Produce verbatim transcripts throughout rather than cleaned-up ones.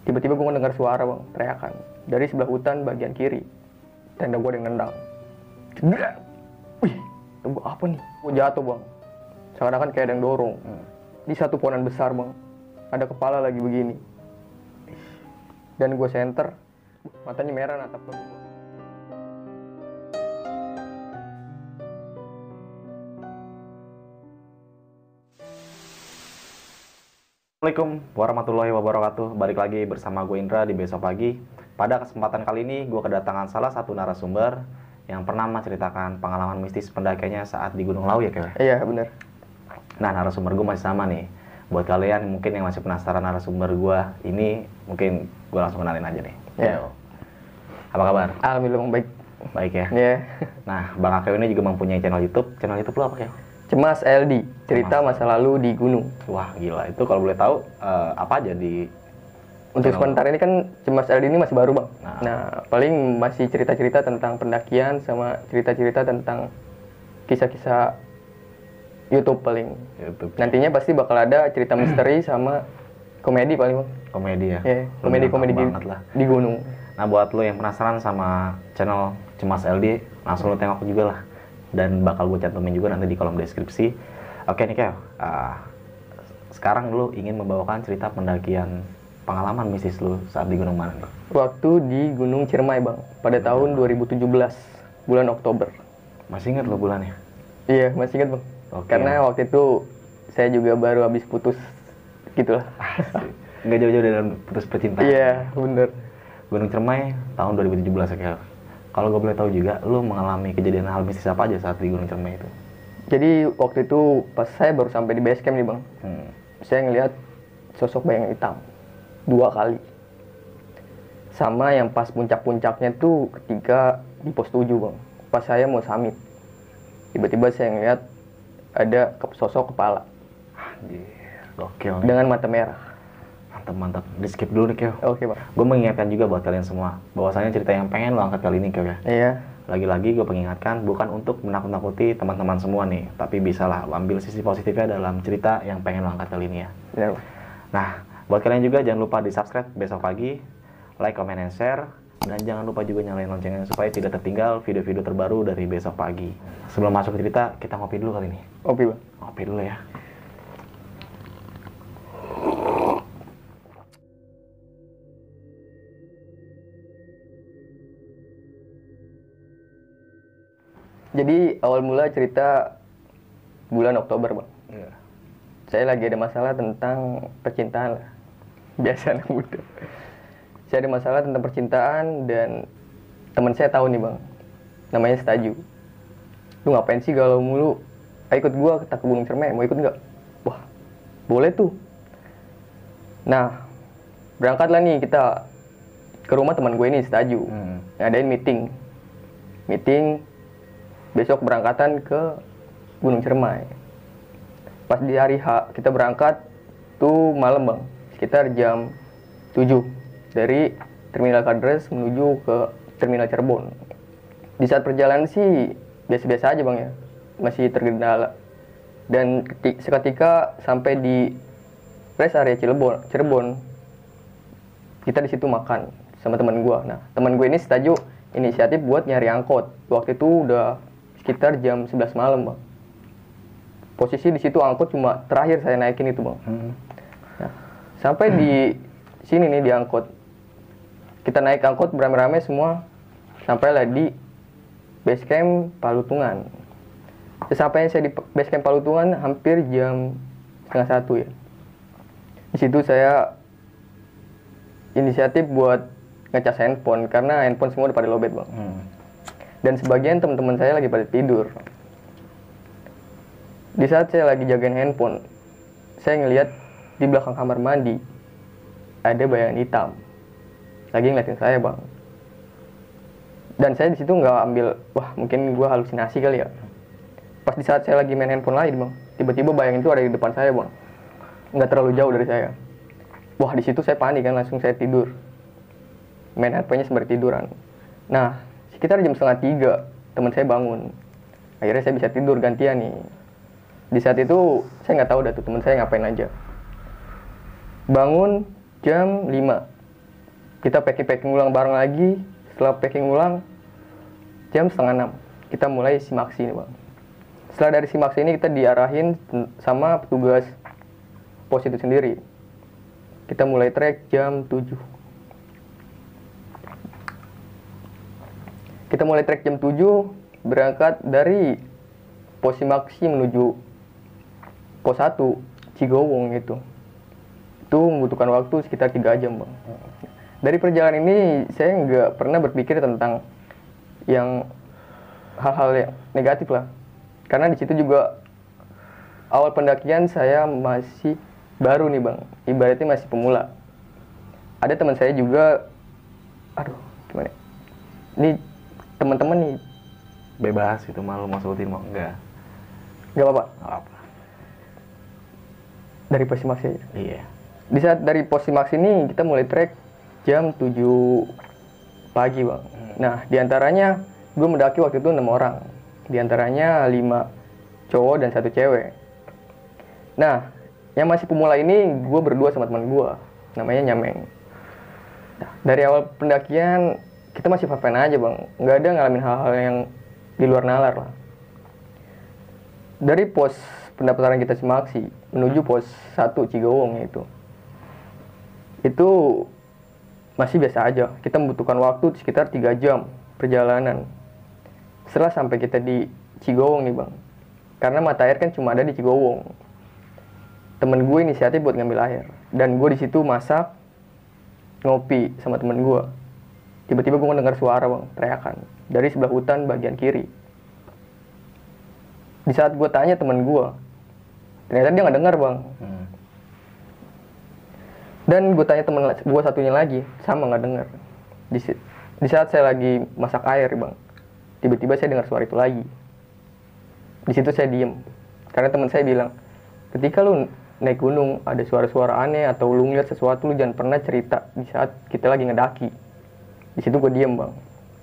Tiba-tiba gue dengar suara bang, teriakan dari sebelah hutan bagian kiri. Tenda gue ada yang nendang. Cedera. Wih, itu gue apa nih? Gue jatuh bang. Seakan-akan kayak ada yang dorong. Hmm. Di satu pohonan besar bang, ada kepala lagi begini. Dan gue senter, matanya merah natap ke gue. Assalamualaikum warahmatullahi wabarakatuh. Balik lagi bersama gue Indra di Besok Pagi. Pada kesempatan kali ini gue kedatangan salah satu narasumber yang pernah menceritakan pengalaman mistis pendakiannya saat di Gunung Lawu ya Kev? Iya benar. Nah narasumber gue masih sama nih. Buat kalian mungkin yang masih penasaran narasumber gue ini, mungkin gue langsung kenalin aja nih. Iya. Apa kabar? Alhamdulillah bang, baik. Baik ya? Iya. Nah Bang Akew ini juga mempunyai channel YouTube. Channel YouTube lo apa Kev? Cemas L D, cerita Cemas. masa lalu di gunung. Wah gila, itu kalau boleh tahu uh, apa aja di Untuk channel? sementara ini kan Cemas L D ini masih baru bang. Nah. Nah, paling masih cerita-cerita tentang pendakian sama cerita-cerita tentang kisah-kisah YouTube paling. YouTube. Nantinya pasti bakal ada cerita misteri sama komedi paling bang. Komedi ya? Iya, komedi-komedi di, banget lah. di gunung. Nah buat lo yang penasaran sama channel Cemas L D, langsung lo tengok juga lah. Dan bakal gue cantumin juga nanti di kolom deskripsi. Oke nih Kev, uh, sekarang lo ingin membawakan cerita pendakian pengalaman mistis lo saat di gunung mana nih? Waktu di Gunung Ciremai bang, pada tahun dua ribu tujuh belas, bulan Oktober. Masih ingat lo bulannya? Iya, masih ingat bang. Oke. Karena waktu itu saya juga baru habis putus, gitulah. Nggak jauh-jauh dari putus percintaan. Iya, bener. Gunung Ciremai tahun dua ribu tujuh belas ya Kev. Kalau gue boleh tahu juga, lo mengalami kejadian hal mistis apa aja saat di Gunung Ciremai itu? Jadi waktu itu pas saya baru sampai di base camp nih bang, Hmm. saya ngelihat sosok bayangan hitam dua kali. Sama yang pas puncak-puncaknya tuh ketika di pos tujuh bang, pas saya mau summit. Tiba-tiba saya ngelihat ada ke- sosok kepala Anjir, gokil nih. dengan mata merah. Mantap-mantap. Di skip dulu nih Kev. Oke bang. Gue mengingatkan juga buat kalian semua, bahwasanya cerita yang pengen lo angkat kali ini Kev ya. Iya. Lagi-lagi gue mengingatkan bukan untuk menakut-nakuti teman-teman semua nih, tapi bisalah lo ambil sisi positifnya dalam cerita yang pengen lo angkat kali ini ya. Benar bang. Nah, buat kalian juga jangan lupa di subscribe Besok Pagi, like, comment, and share, dan jangan lupa juga nyalain loncengnya supaya tidak tertinggal video-video terbaru dari Besok Pagi. Sebelum masuk ke cerita, kita ngopi dulu kali ini. Oke bang. Ngopi dulu ya. Jadi awal mula cerita bulan Oktober bang. Iya. Saya lagi ada masalah tentang percintaan lah. Biasa anak muda. Saya ada masalah tentang percintaan dan teman saya tahu nih bang. Namanya Staju. Lu ngapain sih galau mulu? Ayo ikut gua ke Gunung Ciremai, mau ikut nggak? Wah, boleh tuh. Nah, berangkatlah nih kita ke rumah teman gue ini Staju. Hmm. Ngadain meeting. Meeting besok berangkatan ke Gunung Ciremai. Pas di hari H kita berangkat tuh malam bang, sekitar jam tujuh dari Terminal Kadres menuju ke Terminal Cirebon. Di saat perjalanan sih biasa-biasa aja bang ya, masih tergendala. Dan keti- seketika sampai di rest area Cirebon, Cirebon kita di situ makan sama teman gua. Nah teman gue ini Staju inisiatif buat nyari angkot. Waktu itu udah sekitar jam sebelas malam bang. Posisi di situ angkot cuma terakhir saya naikin itu bang. Hmm. Nah, sampai di sini nih di angkot, kita naik angkot beramai-ramai semua, sampailah di base camp Palutungan. Sesampainya saya di base camp Palutungan hampir jam setengah satu ya. Di situ saya inisiatif buat ngecas handphone karena handphone semua udah pada lowbat bang. Hmm. Dan sebagian teman-teman saya lagi pada tidur. Di saat saya lagi jagain handphone, saya ngelihat di belakang kamar mandi ada bayangan hitam lagi ngeliatin saya bang. Dan saya di situ nggak ambil, wah mungkin gue halusinasi kali ya. Pas di saat saya lagi main handphone lain bang, tiba-tiba bayangan itu ada di depan saya bang, nggak terlalu jauh dari saya. Wah di situ saya panik kan, langsung saya tidur, main handphonenya sembari tiduran. Nah sekitar jam setengah tiga teman saya bangun, akhirnya saya bisa tidur gantian nih. Di saat itu saya nggak tahu dah tuh teman saya ngapain aja. Bangun jam lima, Kita packing-packing ulang bareng lagi. Setelah packing ulang, jam setengah enam, kita mulai simaksi nih bang. Setelah dari simaksi ini kita diarahin sama petugas pos itu sendiri. Kita mulai trek jam tujuh. Kita mulai trek jam tujuh, berangkat dari pos simaksi menuju pos satu, Cigowong itu. Itu membutuhkan waktu sekitar tiga jam bang. Dari perjalanan ini saya nggak pernah berpikir tentang yang hal-hal yang negatif lah, karena di situ juga awal pendakian saya masih baru nih bang, ibaratnya masih pemula. Ada teman saya juga, aduh gimana, ini teman-teman nih, Bebas itu malu mau sebutin mau enggak? nggak apa-apa. Nggak apa. Dari pos simaksi aja. Iya. Di saat dari pos simaksi ini kita mulai trek jam tujuh pagi bang. Nah diantaranya gue mendaki waktu itu enam orang, diantaranya lima cowok dan satu cewek. Nah yang masih pemula ini gue berdua sama teman gue, namanya Nyameng. Nah, dari awal pendakian kita masih fine aja bang, nggak ada ngalamin hal-hal yang di luar nalar lah. Dari pos pendaftaran kita simaksi menuju pos satu Cigowong itu, itu masih biasa aja. Kita membutuhkan waktu sekitar tiga jam perjalanan. Setelah sampai kita di Cigowong nih bang, karena mata air kan cuma ada di Cigowong. Temen gue inisiatif buat ngambil air, dan gue di situ masak, ngopi sama temen gue. Tiba-tiba gue mendengar suara bang, teriakan dari sebelah hutan bagian kiri. Di saat gue tanya temen gue, ternyata dia nggak dengar bang. Hmm. Dan gue tanya temen gue satunya lagi, sama nggak dengar. Di, di saat saya lagi masak air bang, tiba-tiba saya dengar suara itu lagi. Di situ saya diem, karena teman saya bilang, ketika lu naik gunung ada suara-suara aneh atau lu ngeliat sesuatu, lu jangan pernah cerita di saat kita lagi ngedaki. Di situ gue diem bang.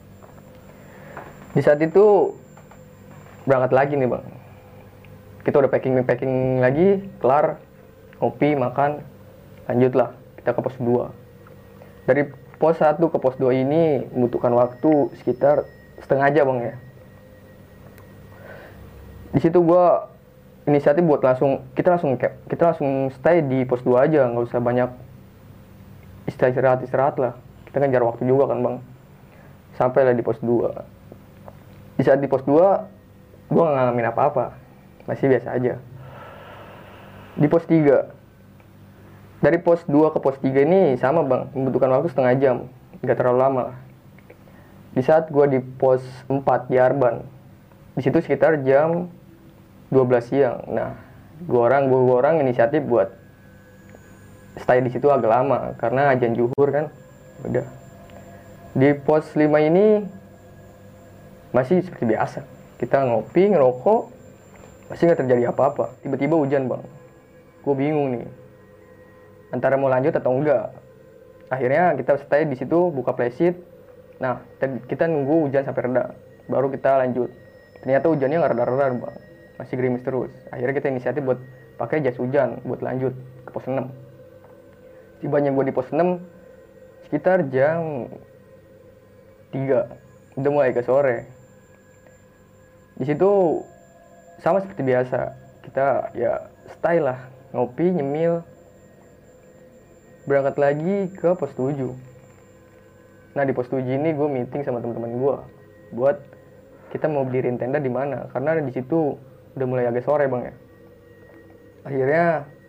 Di saat itu berangkat lagi nih bang. Kita udah packing packing lagi, kelar, ngopi, makan, lanjutlah kita ke pos dua. Dari pos satu ke pos dua ini membutuhkan waktu sekitar setengah jam bang ya. Di situ gue inisiatif buat langsung kita langsung kita langsung stay di pos dua aja, nggak usah banyak istirahat istirahat lah. Kita kan jarak waktu juga kan bang. Sampailah di pos dua. Di saat di pos dua gue nggak ngalamin apa-apa, masih biasa aja. Di pos tiga, dari pos dua ke pos tiga ini sama bang, membutuhkan waktu setengah jam, nggak terlalu lama lah. Di saat gue di pos empat di Arban, di situ sekitar jam dua belas siang. Nah, gue orang gue orang inisiatif buat stay di situ agak lama karena azan zuhur kan. Udah. Di pos lima ini masih seperti biasa. Kita ngopi, ngerokok, masih nggak terjadi apa-apa. Tiba-tiba hujan bang. Gue bingung nih, antara mau lanjut atau enggak. Akhirnya kita stay di situ, buka flashsheet. Nah, kita nunggu hujan sampai reda, baru kita lanjut. Ternyata hujannya nggak reda-reda bang, masih gerimis terus. Akhirnya kita inisiatif buat pakai jas hujan buat lanjut ke pos enam. Tibanya gue di pos enam sekitar jam tiga, udah mulai ke sore. Di situ sama seperti biasa, kita ya stay lah, ngopi, nyemil, berangkat lagi ke pos tujuh. Nah di pos tujuh ini gue meeting sama teman-teman gue buat kita mau berdiriin tenda di mana, karena di situ udah mulai agak sore bang ya. Akhirnya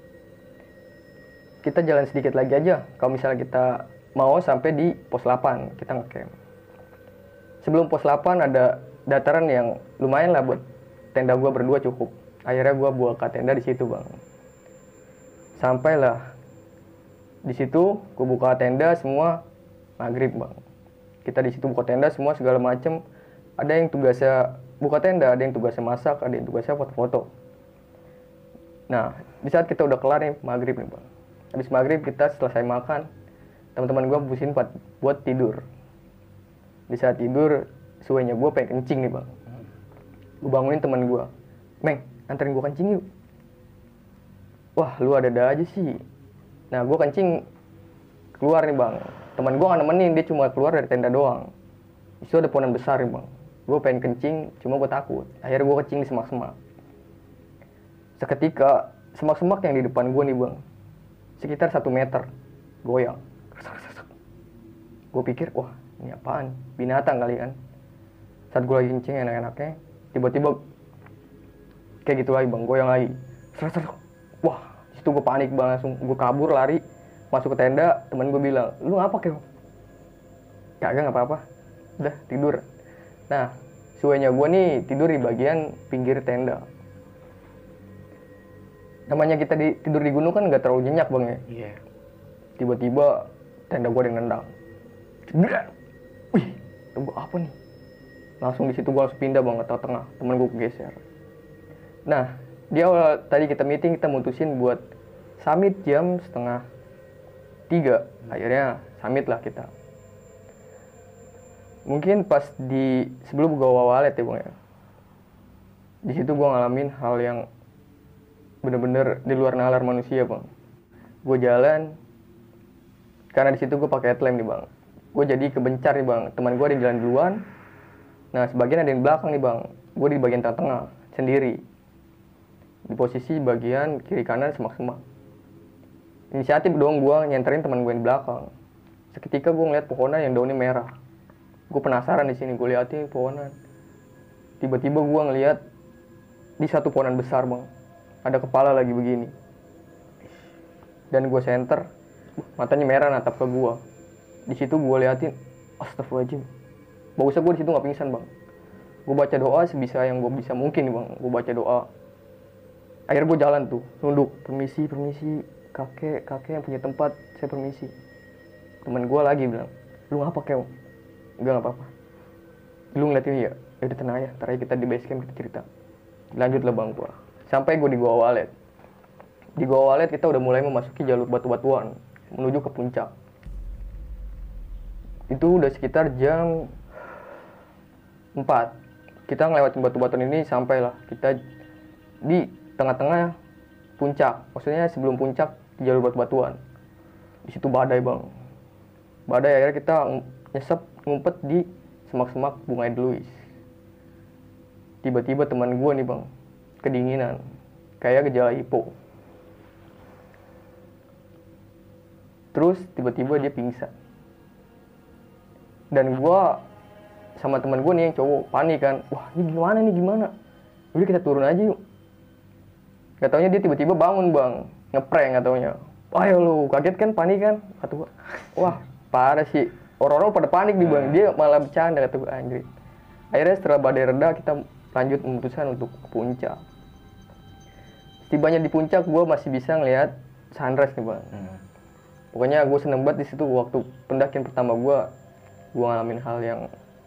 kita jalan sedikit lagi aja. Kalau misalnya kita mau sampai di pos delapan, kita ngecamp. Sebelum pos delapan ada dataran yang lumayan lah buat tenda gue berdua cukup. Akhirnya gue buka tenda di situ bang. Sampailah di situ, gue buka tenda semua maghrib bang. Kita di situ buka tenda semua segala macem. Ada yang tugasnya buka tenda, ada yang tugasnya masak, ada yang tugasnya foto-foto. Nah di saat kita udah kelar nih maghrib nih bang. Habis maghrib kita selesai makan, teman-teman gue putusin buat tidur. Di saat tidur suenya gue pengen kencing nih bang. Gue bangunin teman gue, Meng, anterin gue kencing yuk. Wah lu ada-ada aja sih. Nah gue kencing keluar nih bang, teman gue nggak nemenin, dia cuma keluar dari tenda doang. Itu ada pohonan besar nih bang, gue pengen kencing cuma gue takut, akhirnya gue kencing di semak-semak. Seketika semak-semak yang di depan gue nih bang sekitar satu meter goyang. Gue pikir wah ini apaan, binatang kali kan. Saat gue lagi kencing enak-enaknya, tiba-tiba kayak gitu lagi bang, goyang lagi. Wah situ gue panik bang, langsung gue kabur lari masuk ke tenda. Temen gue bilang, lu apa keo? Kagak, nggak apa-apa, udah tidur. Nah suenya gue nih tidur di bagian pinggir tenda. Namanya kita di, tidur di gunung kan nggak terlalu nyenyak bang ya. Iya. Yeah. Tiba-tiba tenda gue ada yang nendang. Wih, tunggu apa nih? Langsung di situ gue langsung pindah bang ke tengah. Temen gue geser. Nah di awal tadi kita meeting, kita mutusin buat summit jam setengah tiga. Akhirnya summit lah kita. Mungkin pas di sebelum gue walet ya bang ya, di situ gue ngalamin hal yang bener-bener di luar nalar manusia bang. Gue jalan, karena di situ gue pakai headlamp nih bang. Gue jadi kebencar nih bang. Teman gue ada yang jalan duluan. Nah sebagian ada yang belakang nih bang. Gue di bagian tengah-tengah sendiri. Di posisi bagian kiri kanan semak-semak. Inisiatif dong gue nyenterin teman gue yang belakang. Seketika gue ngeliat pohonan yang daunnya merah. Gue penasaran di sini. Gue liatin pohonan. Tiba-tiba gue ngeliat di satu pohonan besar bang, ada kepala lagi begini. Dan gue senter, matanya merah natap ke gue. Di situ gue liatin, astagfirullahaladzim. Bagusnya gue di situ nggak pingsan bang. Gue baca doa sebisa yang gue bisa mungkin nih bang. Gue baca doa. Akhirnya gue jalan tuh, nunduk, permisi, permisi, kakek, kakek yang punya tempat, saya permisi. Temen gue lagi bilang, lu ngapa keo? Enggak, nggak apa-apa. Lu ngeliatin ya, ya udah tenang aja. Ntar aja kita di base camp kita cerita. Lanjut lah bang gue. Sampai gue di Goa Walet. Di Goa Walet kita udah mulai memasuki jalur batu-batuan menuju ke puncak. Itu udah sekitar jam empat. Kita ngelewatin batu-batuan ini sampailah kita di tengah-tengah puncak. Maksudnya sebelum puncak jalur batu-batuan. Di situ badai bang. Badai akhirnya kita nyesep ngumpet di semak-semak bunga edelweiss. Tiba-tiba teman gue nih bang kedinginan, kayak gejala hipo. Terus tiba-tiba dia pingsan. Dan gue sama teman gue nih yang cowok panik kan, wah ini gimana nih gimana? Udah kita turun aja yuk. Gak taunya dia tiba-tiba bangun bang, ngeprank gak taunya. Wah ya lu kaget kan, panik kan? Kata gue, wah parah sih. Orang-orang pada panik nih bang, dia malah bercanda kata gue anjir. Akhirnya setelah badai reda kita lanjut memutuskan untuk ke puncak. Setibanya di puncak gue masih bisa ngelihat sunrise nih bang. Hmm. Pokoknya gue seneng banget di situ waktu pendakian pertama gue. Gue ngalamin hal yang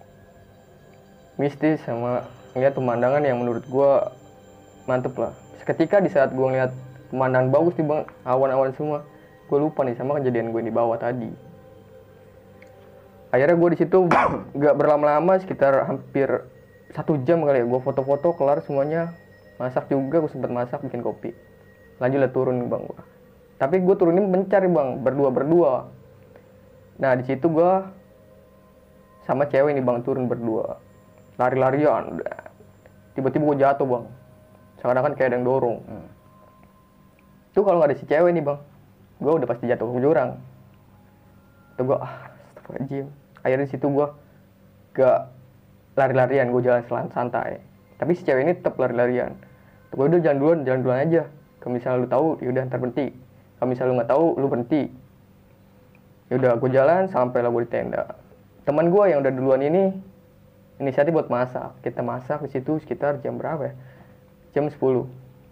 mistis sama ngeliat pemandangan yang menurut gue mantep lah. Seketika di saat gue ngeliat pemandangan bagus nih bang, awan-awan semua, gue lupa nih sama kejadian gue di bawah tadi. Akhirnya gue di situ nggak berlama-lama, sekitar hampir satu jam kali ya. Gue foto-foto kelar semuanya, masak juga, gue sempat masak bikin kopi. Lanjutlah turun nih bang gue. Tapi gue turunin mencari bang, berdua-berdua. Nah di situ gue sama cewek nih bang turun berdua, lari-larian. Tiba-tiba gue jatuh bang, seakan-akan kayak ada yang dorong. Hmm. Tuh kalau nggak ada si cewek nih bang, gue udah pasti jatuh ke jurang. Tuh gue ah, astagfirullahaladzim. Akhirnya di situ gue gak lari-larian, gue jalan selan santai. Tapi si cewek ini tetap lari-larian. Tuh gue udah jalan duluan, jalan duluan aja. Kalau misalnya lu tahu, yaudah ntar berhenti. Kalau misalnya lu nggak tahu, lu berhenti. Yaudah gue jalan sampai lah gue di tenda. Teman gue yang udah duluan ini inisiatif buat masak. Kita masak di situ sekitar jam berapa ya? Jam sepuluh.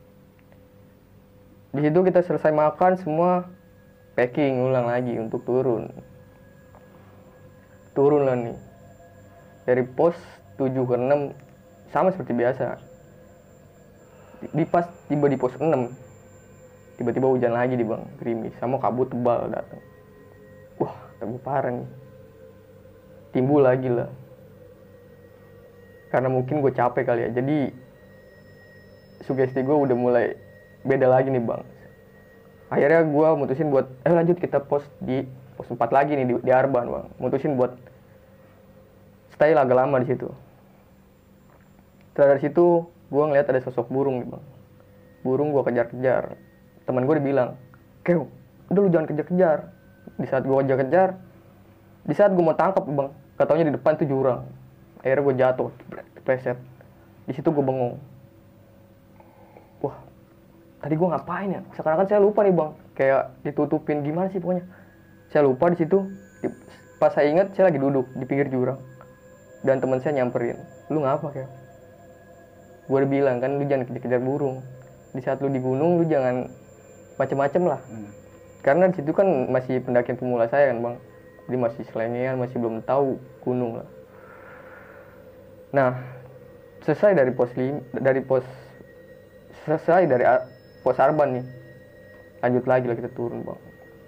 Di situ kita selesai makan semua, packing ulang lagi untuk turun. Turun lah nih. Dari pos tujuh ke enam sama seperti biasa. Di pas tiba di pos enam, tiba-tiba hujan lagi di bang, gerimis sama kabut tebal datang. Wah, tebu parah nih. Timbul lagi lah. Karena mungkin gue capek kali ya. Jadi sugesti gue udah mulai beda lagi nih bang. Akhirnya gue mutusin buat eh lanjut kita pos di pos empat lagi nih di, di Arban bang, mutusin buat stay lah agak lama di situ. Setelah dari situ gue ngeliat ada sosok burung nih bang, burung gue kejar-kejar. Teman gue dibilang, Keo, udah lu jangan kejar-kejar. Di saat gue kejar-kejar, di saat gue mau tangkap bang, katanya di depan tuh jurang. Akhirnya gue jatuh, kepleset. Di situ gue bengong. Wah, tadi gue ngapain ya? Sekarang kan saya lupa nih bang, kayak ditutupin gimana sih pokoknya. Saya lupa di situ. Pas saya ingat, saya lagi duduk di pinggir jurang dan teman saya nyamperin, lu ngapa kayak? Gue udah bilang kan, lu jangan kejar-kejar burung. Di saat lu di gunung, lu jangan macem-macem lah. Hmm. Karena di situ kan masih pendakian pemula saya kan bang, jadi masih selengean, masih belum tahu gunung lah. Nah, selesai dari pos lim, dari pos selesai dari pos Arban nih, lanjut lagi lah kita turun bang.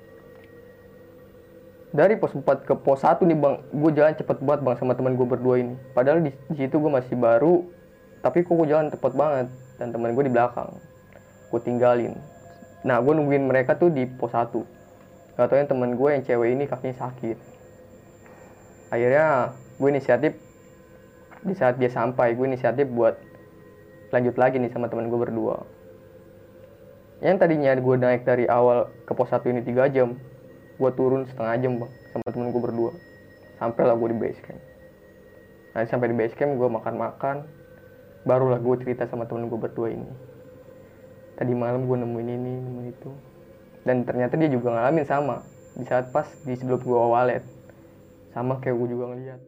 Dari pos empat ke pos satu nih bang, gue jalan cepet banget bang sama teman gue berdua ini. Padahal di, di situ gue masih baru, tapi kok gue jalan cepet banget. Dan teman gue di belakang, gue tinggalin. Nah, gue nungguin mereka tuh di pos satu. Gak tau yang teman gue yang cewek ini kakinya sakit. Akhirnya gue inisiatif, di saat dia sampai, gue inisiatif buat lanjut lagi nih sama teman gue berdua. Yang tadinya gue naik dari awal ke pos satu ini tiga jam, gue turun setengah jam bang sama temen gue berdua. Sampailah gue di base camp. Nah sampai di base camp gue makan-makan, barulah gue cerita sama temen gue berdua ini. Tadi malam gue nemuin ini, nemuin itu. Dan ternyata dia juga ngalamin sama. Di saat pas di sebelum gue walet, sama kayak gue juga ngeliat.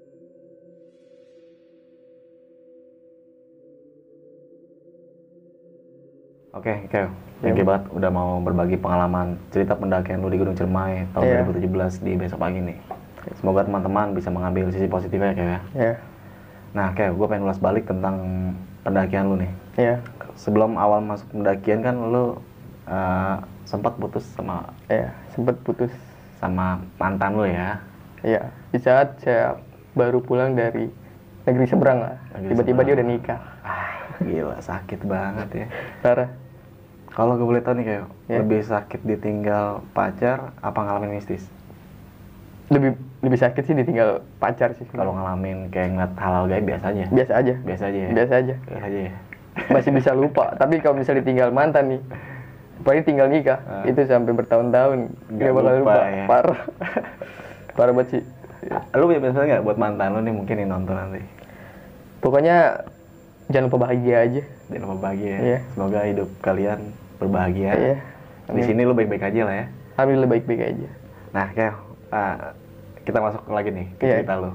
Oke, okay, oke. Okay. Thank you banget udah mau berbagi pengalaman cerita pendakian lu di Gunung Ciremai tahun yeah. dua ribu tujuh belas di besok pagi nih. Semoga teman-teman bisa mengambil sisi positifnya kayak ya. Yeah. Nah, kayak gue pengen ulas balik tentang pendakian lu nih. Iya. Yeah. Sebelum awal masuk pendakian kan lu uh, sempat putus sama Iya, yeah, sempat putus sama mantan lu ya. Iya. Yeah. Di saat saya baru pulang dari negeri seberang lah. Negeri Tiba-tiba seberang. Dia udah nikah. Ah, gila, sakit banget ya. Parah. Kalau gue boleh tahu nih kayak yeah. lebih sakit ditinggal pacar apa ngalamin mistis? Lebih lebih sakit sih ditinggal pacar sih. Kalau ngalamin kayak ngeliat hal-hal gaib biasa aja. Biasa aja. Biasa aja ya. Biasa aja. Biasa aja ya. Masih bisa lupa. Tapi kalau misalnya ditinggal mantan nih, apalagi tinggal nikah, uh, itu sampai bertahun-tahun nggak bakal lupa. lupa. Ya. Parah. Parah banget sih. Lu punya pesan nggak buat mantan lu nih mungkin nih nonton nanti? Pokoknya jangan lupa bahagia aja. Jangan lupa bahagia. Iya. Semoga hidup kalian berbahagia. Iya. Di sini lu baik-baik aja lah ya. Alhamdulillah baik-baik aja. Nah, kayak uh, kita masuk lagi nih ke iya. cerita lu.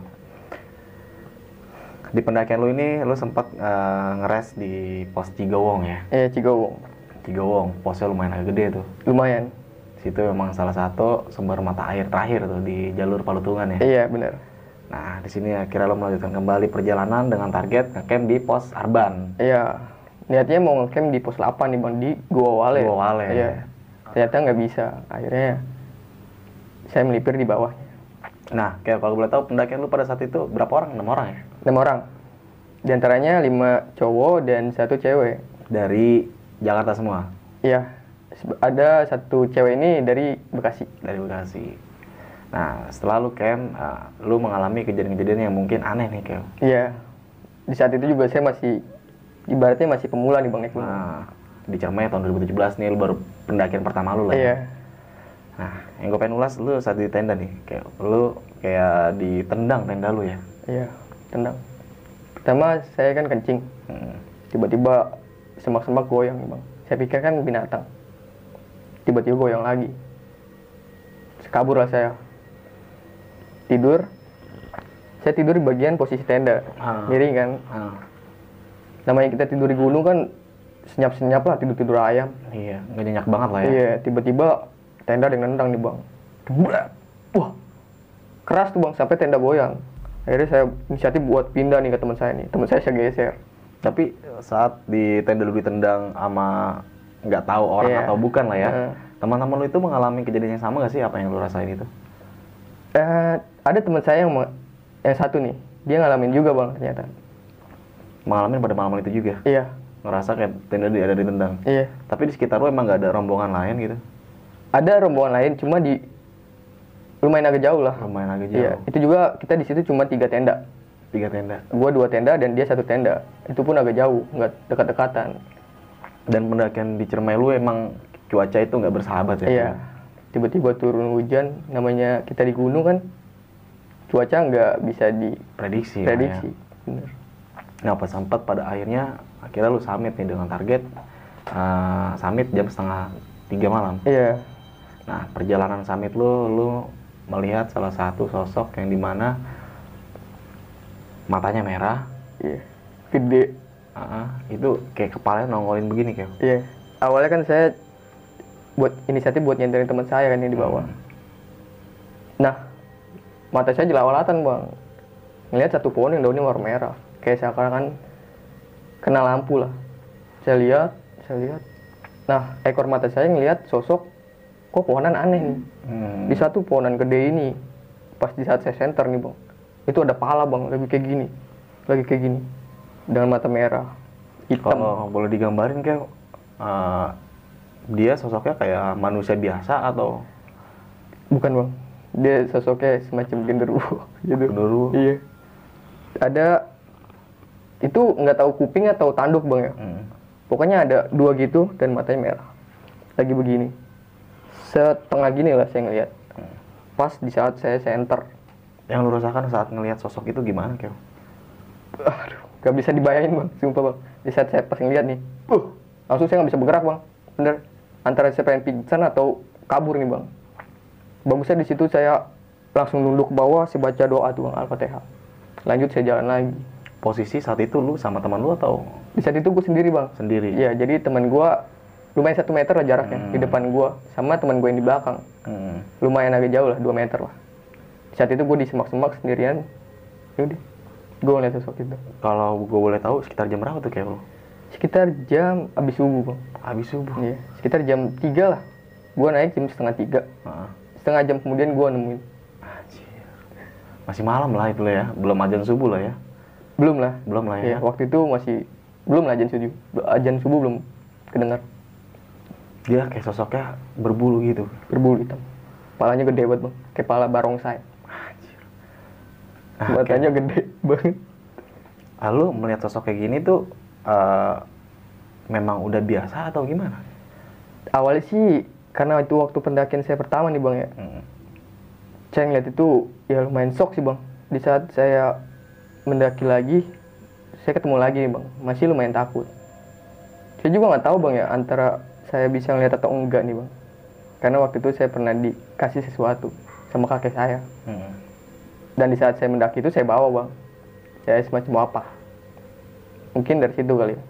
Di pendakian lu ini lu sempat uh, ngeres di pos Cigowong ya? Iya, Cigowong. Cigowong, posnya lumayan agak gede tuh. Lumayan. Situ memang salah satu sumber mata air terakhir tuh di jalur Palutungan ya? Iya, benar. Nah, di sini akhirnya lo melanjutkan kembali perjalanan dengan target ngecamp di pos Arban. Iya, niatnya mau ngecamp di pos delapan nih bang, di Gua Wale. Gua Wale. Iya, ternyata nggak bisa. Akhirnya saya melipir di bawahnya. Nah, kayak kalau boleh tahu pendakian lu pada saat itu berapa orang? Enam orang ya? Enam orang. Di antaranya lima cowok dan satu cewek. Dari Jakarta semua? Iya, ada satu cewek ini dari Bekasi. Dari Bekasi. Nah, setelah lu camp, uh, lu mengalami kejadian-kejadian yang mungkin aneh nih, Keo. Iya. Di saat itu juga saya masih, ibaratnya masih pemula nih Bang Eko. Nah, di Ciremai tahun dua ribu tujuh belas nih, lu baru pendakian pertama lu lah ya. Iya. Nah, yang gue pengen ulas, lu saat di tenda nih, kayak lu kayak ditendang tenda lu ya? Iya, tendang. Pertama, saya kan kencing. Hmm. Tiba-tiba semak-semak goyang nih Bang. Saya pikir kan binatang. Tiba-tiba goyang lagi. Kabur lah saya. Tidur, saya tidur di bagian posisi tenda, ah. miring kan. Ah. Namanya kita tidur di gunung kan senyap-senyap lah, tidur-tidur ayam. Iya, nggak nyenyak banget lah ya. Iya, tiba-tiba tenda ada yang nendang nih Bang. Wah, keras tuh Bang, sampai tenda goyang. Akhirnya saya inisiatif buat pindah nih ke teman saya nih, teman saya saya geser. Tapi saat di tenda lu ditendang sama nggak tahu orang iya. atau bukan lah ya, uh. teman-teman lu itu mengalami kejadian yang sama nggak sih apa yang lu rasain itu? Uh, ada teman saya yang yang satu nih, dia ngalamin juga Bang ternyata. Mengalamin pada malam itu juga? Iya. Ngerasa kayak tenda ada ditendang? Iya. Tapi di sekitar lu emang nggak ada rombongan lain gitu? Ada rombongan lain, cuma di lumayan agak jauh lah. Lumayan agak jauh. Iya, itu juga kita di situ cuma tiga tenda. Tiga tenda. Gua dua tenda dan dia satu tenda. Itu pun agak jauh, nggak dekat-dekatan. Dan pendakian di Ciremai lu emang cuaca itu nggak bersahabat ya? Iya. Tiba-tiba turun hujan, namanya kita di gunung kan, cuaca nggak bisa Prediksi. diprediksi. lah ya. Bener. Nah pas sempat pada akhirnya akhirnya lu summit nih dengan target uh, summit jam setengah tiga malam. Iya. Nah perjalanan summit lu, lu melihat salah satu sosok yang dimana matanya merah. Iya. Gede. Uh, itu kayak kepalanya nongolin begini kayak. Iya. Awalnya kan saya buat inisiatif buat nyenterin teman saya kan yang di bawah. Hmm. Nah, mata saya jelalatan bang. Ngelihat satu pohon yang daunnya warna merah. Kayak seakan kan kena lampu lah. Saya lihat, saya lihat. Nah, ekor mata saya ngelihat sosok, kok pohonan aneh nih. Hmm. Di satu pohonan gede ini, pas di saat saya center nih bang, itu ada pala bang, lagi kayak gini, lagi kayak gini, dengan mata merah, hitam. Kalau boleh digambarin kayak uh, dia sosoknya kayak manusia biasa atau Bukan bang, dia sosoknya semacam genderuwo gitu. Genderuwo? Iya. Ada, itu nggak tahu kuping atau tanduk bang ya. hmm. Pokoknya ada dua gitu dan matanya merah, lagi begini, setengah gini lah saya ngeliat. Pas di saat saya center. Yang lu rasakan saat ngelihat sosok itu gimana kayak? Aduh, gak bisa dibayangin bang, sumpah bang. Di saat saya pas ngeliat nih, uh, langsung saya nggak bisa bergerak bang, bener. Antara saya pengen pingsan atau kabur nih bang. Bagusnya di situ saya langsung nunduk ke bawah, saya baca doa tuh bang, Al-Fatihah. Lanjut saya jalan lagi. Posisi saat itu lu sama teman lu atau Di saat itu gue sendiri bang. sendiri? Iya, jadi teman gue lumayan satu meter lah jaraknya Hmm. di depan gue, sama teman gue yang di belakang. Hmm. Lumayan agak jauh lah, dua meter lah. Di saat itu gue di semak-semak sendirian. Yaudah, gue ngeliat sosok itu. Kalau gue boleh tahu sekitar jam berapa tuh kayak lu? Sekitar jam abis subuh bang. Habis subuh. Iya, sekitar jam tiga lah. Gue naik jam setengah tiga. Heeh. Setengah jam kemudian gue nemuin. Anjir. Masih malam lah itu lah ya, belum azan subuh lah ya. Belum lah. Belum lah ya. Iya, waktu itu masih belum lah azan subuh. Azan subuh belum kedengar. Dia kayak sosoknya berbulu gitu. Berbulu hitam. Kepalanya gede banget bang, kayak kepala barongsai. Anjir. Nah, Matanya gede banget. Ah, lu melihat sosok kayak gini tuh uh, memang udah biasa atau gimana? Awalnya sih karena itu waktu pendakian saya pertama nih bang ya. Hmm. Saya ngeliat itu ya lumayan shock sih bang. Di saat saya mendaki lagi, saya ketemu lagi nih bang, masih lumayan takut. Saya juga nggak tahu bang ya antara saya bisa ngeliat atau enggak nih bang. Karena waktu itu saya pernah dikasih sesuatu sama kakek saya. Hmm. Dan Dan di saat saya mendaki itu saya bawa bang, saya semacam apa? Mungkin dari situ kali ya.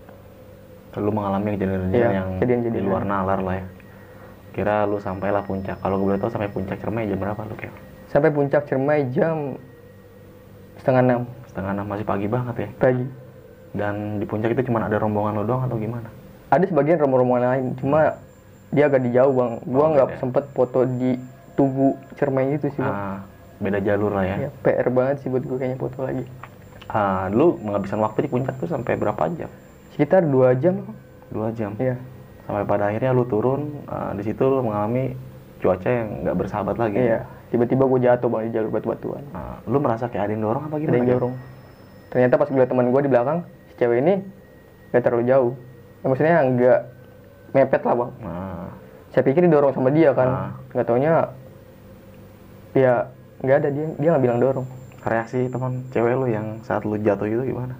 Lu mengalami kejadian-kejadian Iya, yang kejadian-kejadian. di luar nalar lah ya. Kira lu sampailah puncak. Kalau gue boleh tahu sampai puncak Ciremai jam berapa lu kayak? Sampai puncak Ciremai jam setengah enam Setengah enam, masih pagi banget ya. pagi. Dan di puncak itu cuma ada rombongan lo doang atau gimana? Ada sebagian rombongan lain, cuma dia agak di jauh bang. Gua Oh, nggak beda. sempet foto di tugu Ciremai itu sih bang. Ah, beda jalur lah ya. Ya, P R banget sih buat gue kayaknya foto lagi. Ah, lu menghabiskan waktu di puncak tuh sampai berapa jam? Sekitar dua jam. Dua jam. Iya. Sampai pada akhirnya lu turun, ah, di situ lu mengalami cuaca yang nggak bersahabat lagi. Iya. Tiba-tiba gue jatuh bang di jalur batu-batuan. Ah, lu merasa kayak ada yang dorong apa gimana? Ada yang Kayak? dorong. Ternyata pas gue liat teman gue di belakang, si cewek ini nggak terlalu jauh. Ya, maksudnya nggak mepet lah bang. Nah, Saya pikir didorong sama dia Ah. kan. Nggak taunya, ya nggak ada, dia dia nggak bilang dorong. reaksi teman cewek lu yang saat lu jatuh itu gimana?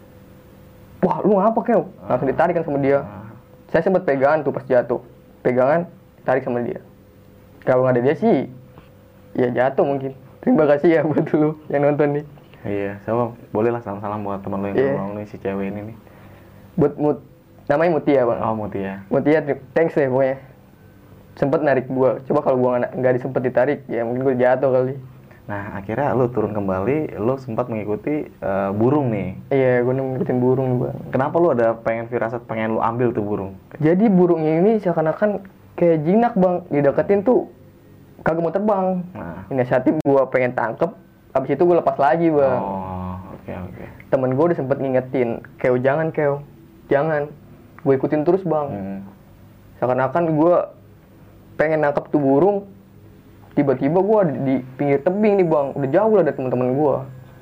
Wah lu ngapa keo? Langsung ditarik kan sama dia. Ah, Saya sempat pegangan tuh pas jatuh. Pegangan, tarik sama dia. Kalau nggak ada dia sih, ya jatuh mungkin. Terima kasih ya buat lu yang nonton nih. iya, sama boleh lah salam-salam buat teman lu yang Iya. nolong nih si cewek ini nih. Buat Mut, namanya Mutia bang. Oh, Mutia. Mutia, thanks deh pokoknya. Sempet narik gua. Coba kalau gua nggak nggak disempet ditarik, ya mungkin gua jatuh kali. Nah, akhirnya lu turun kembali, lu sempat mengikuti eh, burung nih. Iya, gua ngikutin burung nih bang. Kenapa lu ada pengen firasat pengen lu ambil tuh burung? Jadi burungnya ini seakan-akan kayak jinak bang, dideketin tuh kagak mau terbang. Nah, Inisiatif gua pengen tangkep, abis itu gua lepas lagi bang. oh, oke oke. Temen gua udah sempet ngingetin, Keo jangan Keo, jangan. Gue ikutin terus bang. Hmm. Seakan-akan gua pengen nangkep tuh burung, tiba-tiba gue di pinggir tebing nih bang, udah jauh lah dari teman-teman gue.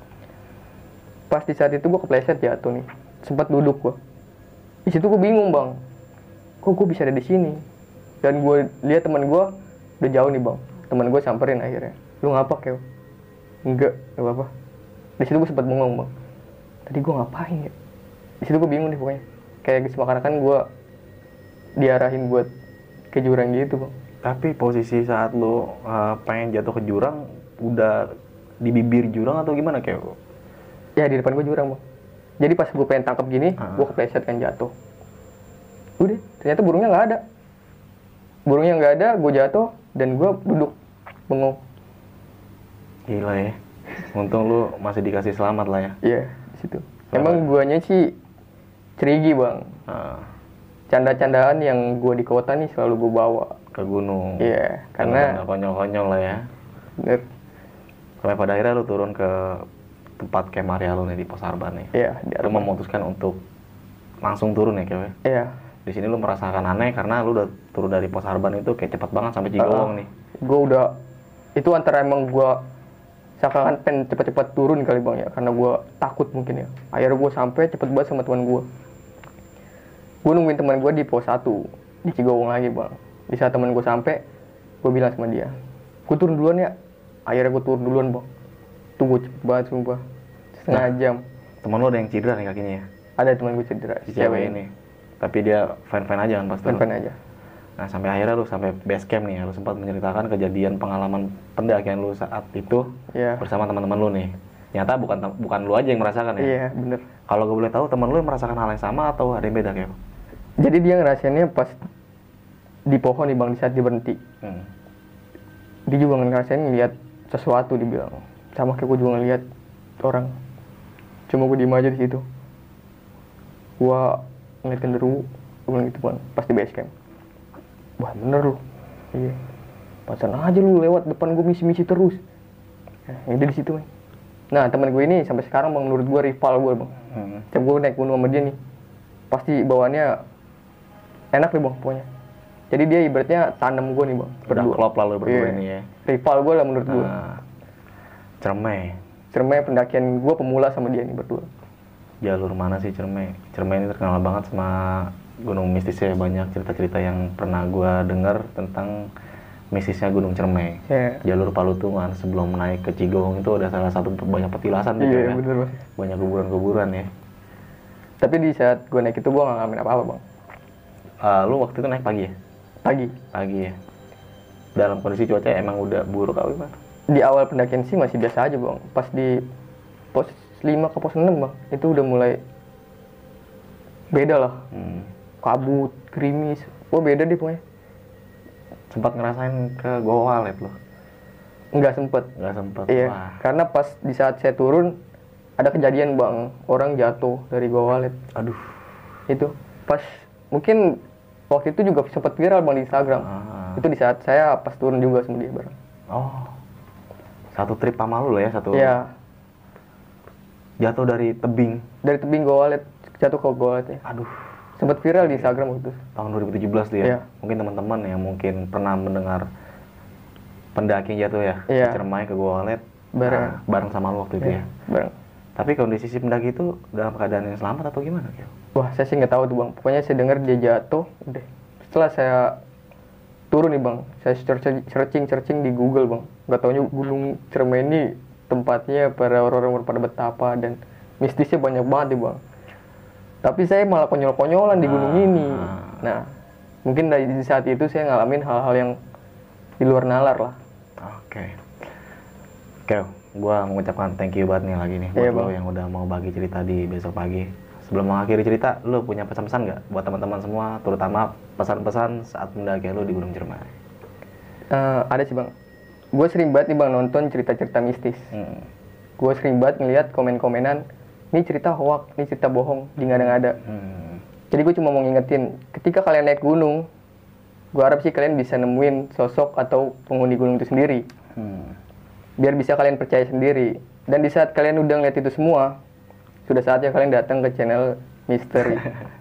Pas di saat itu gue kepleset jatuh nih, sempat duduk gue. Di situ gue bingung bang, kok gue bisa ada di sini? Dan gue lihat teman gue udah jauh nih bang, teman gue samperin akhirnya, lu ngapa Keo? Enggak, nggak apa-apa. Di situ gue sempat bengong bang, tadi gue ngapain ya? Di situ gue bingung nih pokoknya, kayak seakan-akan gue diarahin buat ke jurang gitu bang. Tapi posisi saat lo uh, pengen jatuh ke jurang, udah di bibir jurang atau gimana kayak? Ya di depan gue jurang bang. Jadi pas gue pengen tangkap gini, uh. gue kepleset kan jatuh. Udah, ternyata burungnya nggak ada. Burungnya nggak ada, gue jatuh dan gue duduk bengong. Gila ya. Untung lu masih dikasih selamat lah ya. Iya, di situ. Emang guanya sih cerigi bang. Uh. Canda-candaan yang gue di kota nih selalu gue bawa Ke gunung. Iya, karena Nggak konyol-konyol lah ya. bener. Sampai pada akhirnya lu turun ke tempat camp area lu nih di Pos Arban nih. Iya, di Lu Arban. memutuskan untuk langsung turun ya Kewe? Iya. Di sini lu merasakan aneh karena lu udah turun dari Pos Arban itu kayak cepat banget sampai Cigowong Uh, nih. Gue udah, itu antara emang gue seakan pengen cepat-cepat turun kali bang ya, karena gue takut mungkin ya. Akhirnya gue sampai cepet banget sama teman gue. Gue nungguin teman gue di pos satu di Cigowong lagi bang. Di saat teman gue sampai, gue bilang sama dia, gue turun duluan ya. Akhirnya gue turun duluan bang. Tunggu cepet banget sumpah, setengah Nah. jam. Temen lu ada yang cedera nih kakinya ya? Ada teman gue cedera, Si cewek ini. Tapi dia fine-fine aja kan pas turun? Fan-fan aja. Nah sampai akhirnya lu sampai base camp nih, lu sempat menceritakan kejadian pengalaman pendakian lu saat itu Iya. bersama teman-teman lu nih. Nyata bukan bukan lu aja yang merasakan ya? Iya bener. Kalau gue boleh tahu teman lu yang merasakan hal yang sama atau ada yang beda kayak? Jadi dia ngerasainnya pas di pohon nih bang, di saat dia berhenti. Hmm. Dia juga ngerasain ngeliat sesuatu, dibilang sama kayak gue juga ngeliat orang. Cuma gue diem aja di situ. Gue ngeliatin deru, gue bilang gitu bang, pas di base camp. Wah bener lu, iya. Pasan aja lu lewat depan gue misi-misi terus. Nah, dia di situ man. Nah teman gue ini sampai sekarang bang, menurut gue rival gue bang. Hmm. Setiap gue naik gunung sama dia nih, pasti bawaannya enak nih bang pokoknya. Jadi dia ibaratnya tandem gue nih bang, Udah berdua. klop lah lu berdua Iya. ini ya. Rival gue lah menurut gue. Nah, Cermai. Cermai pendakian gue pemula sama dia nih berdua. Jalur mana sih Cermai? Cermai ini terkenal banget sama gunung mistisnya, banyak cerita-cerita yang pernah gua dengar tentang mistisnya Gunung Cermai. Yeah. Jalur Palutungan sebelum naik ke Cigowong itu ada salah satu banyak petilasan Iya gitu yeah, kan. bener bang. Banyak kuburan-kuburan ya. Tapi di saat gue naik itu gue gak ngalamin apa-apa bang. Uh, lu waktu itu naik pagi ya? Pagi. Pagi ya. Dalam kondisi cuaca emang udah buruk apa gimana? Di awal pendakian sih masih biasa aja bang. Pas di pos lima ke pos enam bang, itu udah mulai beda lah. Hmm. Kabut, gerimis, wah beda deh pokoknya. Sempat ngerasain ke Goa Walet lo? Nggak sempet. Nggak sempet. Iya, Wah. karena pas di saat saya turun ada kejadian bang, orang jatuh dari Goa Walet. Aduh. Itu pas mungkin waktu itu juga sempat viral bang di Instagram. Ah. Itu di saat saya pas turun juga sama dia bareng. Oh. Satu trip sama lu lo ya, satu. Iya, Jatuh dari tebing. dari tebing Goa Walet jatuh ke Goa Walet ya. Aduh. Sempat viral di Instagram waktu itu. Tahun dua ribu tujuh belas tuh ya. Iya. Mungkin teman-teman yang mungkin pernah mendengar pendaki yang jatuh ya. Iya. Ke Cermai, ke Goa Walet. Bareng. Nah, bareng sama lu waktu itu Iya, ya. bareng. Tapi kondisi si pendaki itu dalam keadaan yang selamat atau gimana? Kyo? Wah, saya sih nggak tahu tuh bang. Pokoknya saya dengar dia jatuh. Udah. Setelah saya turun nih bang, saya searching searching di Google bang. Nggak taunya Gunung Cermai ini tempatnya para orang-orang pada betapa dan mistisnya banyak banget nih bang. Tapi saya malah konyol-konyolan di gunung ini. Nah, mungkin dari saat itu saya ngalamin hal-hal yang di luar nalar lah. Oke. Oke, gua mengucapkan thank you banget nih lagi nih buat Iya, lo Bang. yang udah mau bagi cerita di besok pagi. Sebelum mengakhiri cerita, lo punya pesan-pesan nggak buat teman-teman semua, terutama pesan-pesan saat mendaki lo di Gunung Cermai? Eh, ada sih bang. Gue sering banget nih bang nonton cerita-cerita mistis. Hmm. Gue sering banget ngeliat komen-komenan, ini cerita hoak, ini cerita bohong, di ngada-ngada. Hmm. Jadi gue cuma mau ngingetin, ketika kalian naik gunung, gue harap sih kalian bisa nemuin sosok atau penghuni gunung itu sendiri. Hmm. Biar bisa kalian percaya sendiri. Dan di saat kalian udah ngeliat itu semua, sudah saatnya kalian datang ke channel Misteri.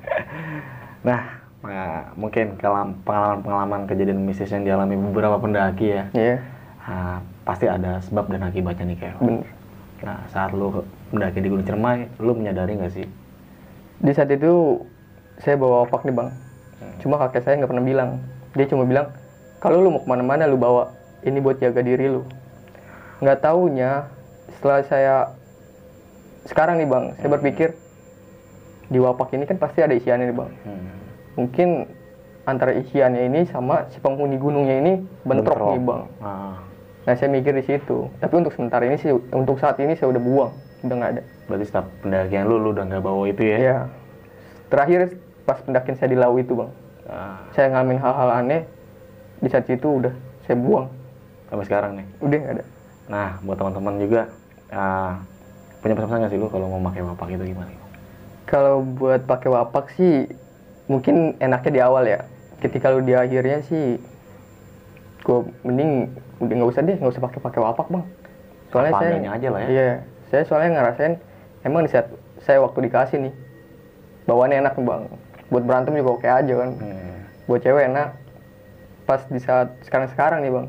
Nah, nah, mungkin kelam- pengalaman-pengalaman kejadian mistis yang dialami beberapa pendaki ya. Iya. Nah, pasti ada sebab dan akibatnya nih Keo. Bener. Nah, saat lu mendaki di Gunung Ciremai, lu menyadari nggak sih? Di saat itu saya bawa wapak nih bang. Hmm. Cuma kakek saya nggak pernah bilang. Dia cuma bilang, kalau lu mau kemana-mana lu bawa. Ini buat jaga diri lu. Nggak taunya setelah saya sekarang nih bang, saya Hmm. berpikir di wapak ini kan pasti ada isiannya nih bang. Hmm. Mungkin antara isiannya ini sama si penghuni gunungnya ini bentrok, Bentrok. nih bang. Ah, Nah saya mikir di situ. Tapi untuk sementara ini sih, untuk saat ini saya udah buang, udah nggak ada. berarti setiap pendakian lu, lu udah nggak bawa itu ya? Ya. Terakhir pas pendakian saya di Lau itu bang, Ah, saya ngalamin hal-hal aneh. Di saat itu udah saya buang, sampai sekarang nih. udah nggak ada. Nah, buat teman-teman juga, ah, punya pesan-pesan nggak sih lu kalau mau pakai wapak itu gimana? Kalau buat pakai wapak sih, mungkin enaknya di awal ya. Ketika lu di akhirnya sih, gue mending udah nggak usah deh, nggak usah pakai pakai wapak bang. Soalnya Apa saya, adanya aja lah ya. Iya, saya soalnya ngerasain, emang di saat saya waktu dikasih nih, bawaannya enak nih bang. Buat berantem juga oke aja kan. Hmm. Buat cewek enak. Pas di saat sekarang-sekarang nih bang,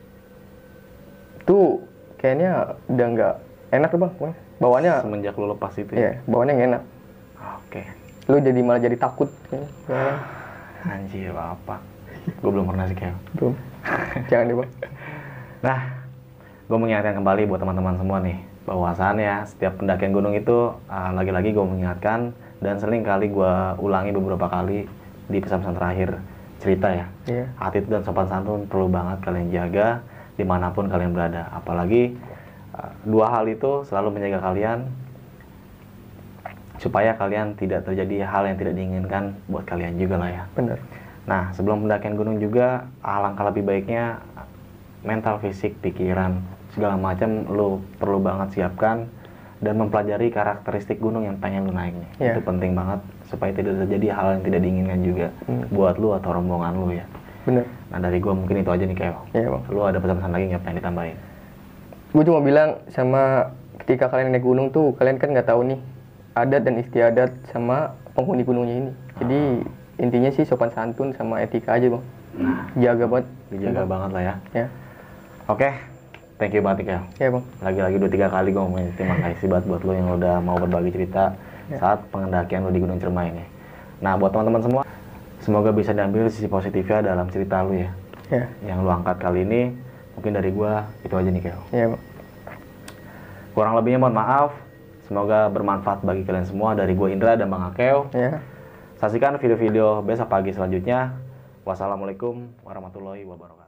tuh kayaknya udah nggak enak tuh bang. Bawaannya, Semenjak lu lepas itu ya? iya, bawaannya nggak enak. Oke. Lu jadi malah jadi takut kayaknya. Ya, Anjir, wapak. Gue belum pernah sih Keo. belum. Jangan deh bang. Nah, gue mengingatkan kembali buat teman-teman semua nih, bahwasannya setiap pendakian gunung itu, uh, lagi-lagi gue mengingatkan, dan sering kali gue ulangi beberapa kali di pesan-pesan terakhir cerita ya. Iya. Attitude dan sopan santun perlu banget kalian jaga dimanapun kalian berada. Apalagi uh, dua hal itu selalu menjaga kalian supaya kalian tidak terjadi hal yang tidak diinginkan buat kalian juga lah ya. Bener. Nah, sebelum pendakian gunung juga, alangkah lebih baiknya mental, fisik, pikiran, segala macam lu perlu banget siapkan dan mempelajari karakteristik gunung yang pengen lu naiknya. Iya. Itu penting banget supaya tidak terjadi hal yang tidak diinginkan juga Hmm. buat lu atau rombongan lu ya. Bener. Nah, dari gua mungkin itu aja nih Keo. Iya bang. Lu ada pesan-pesan lagi nggak pengen ditambahin? Gue cuma bilang sama ketika kalian naik gunung tuh, kalian kan nggak tahu nih adat dan istiadat sama penghuni gunungnya ini. Jadi intinya sih sopan santun sama etika aja bang. Jaga banget. Dijaga Bang. banget lah ya. Ya. Oke, thank you banget nih Keo. Ya bang. Lagi-lagi dua tiga kali gue ngomongin terima kasih banget buat lo yang udah mau berbagi cerita Ya. saat pengendakian lo di Gunung Ciremai ini. Nah, buat teman-teman semua, semoga bisa diambil sisi positifnya dalam cerita lo ya. Ya. Yang lo angkat kali ini, mungkin dari gue itu aja nih Keo. Ya bang. Kurang lebihnya mohon maaf. Semoga bermanfaat bagi kalian semua. Dari gue Indra dan Bang Akeo. Ya. Saksikan video-video besok pagi selanjutnya. Wassalamualaikum warahmatullahi wabarakatuh.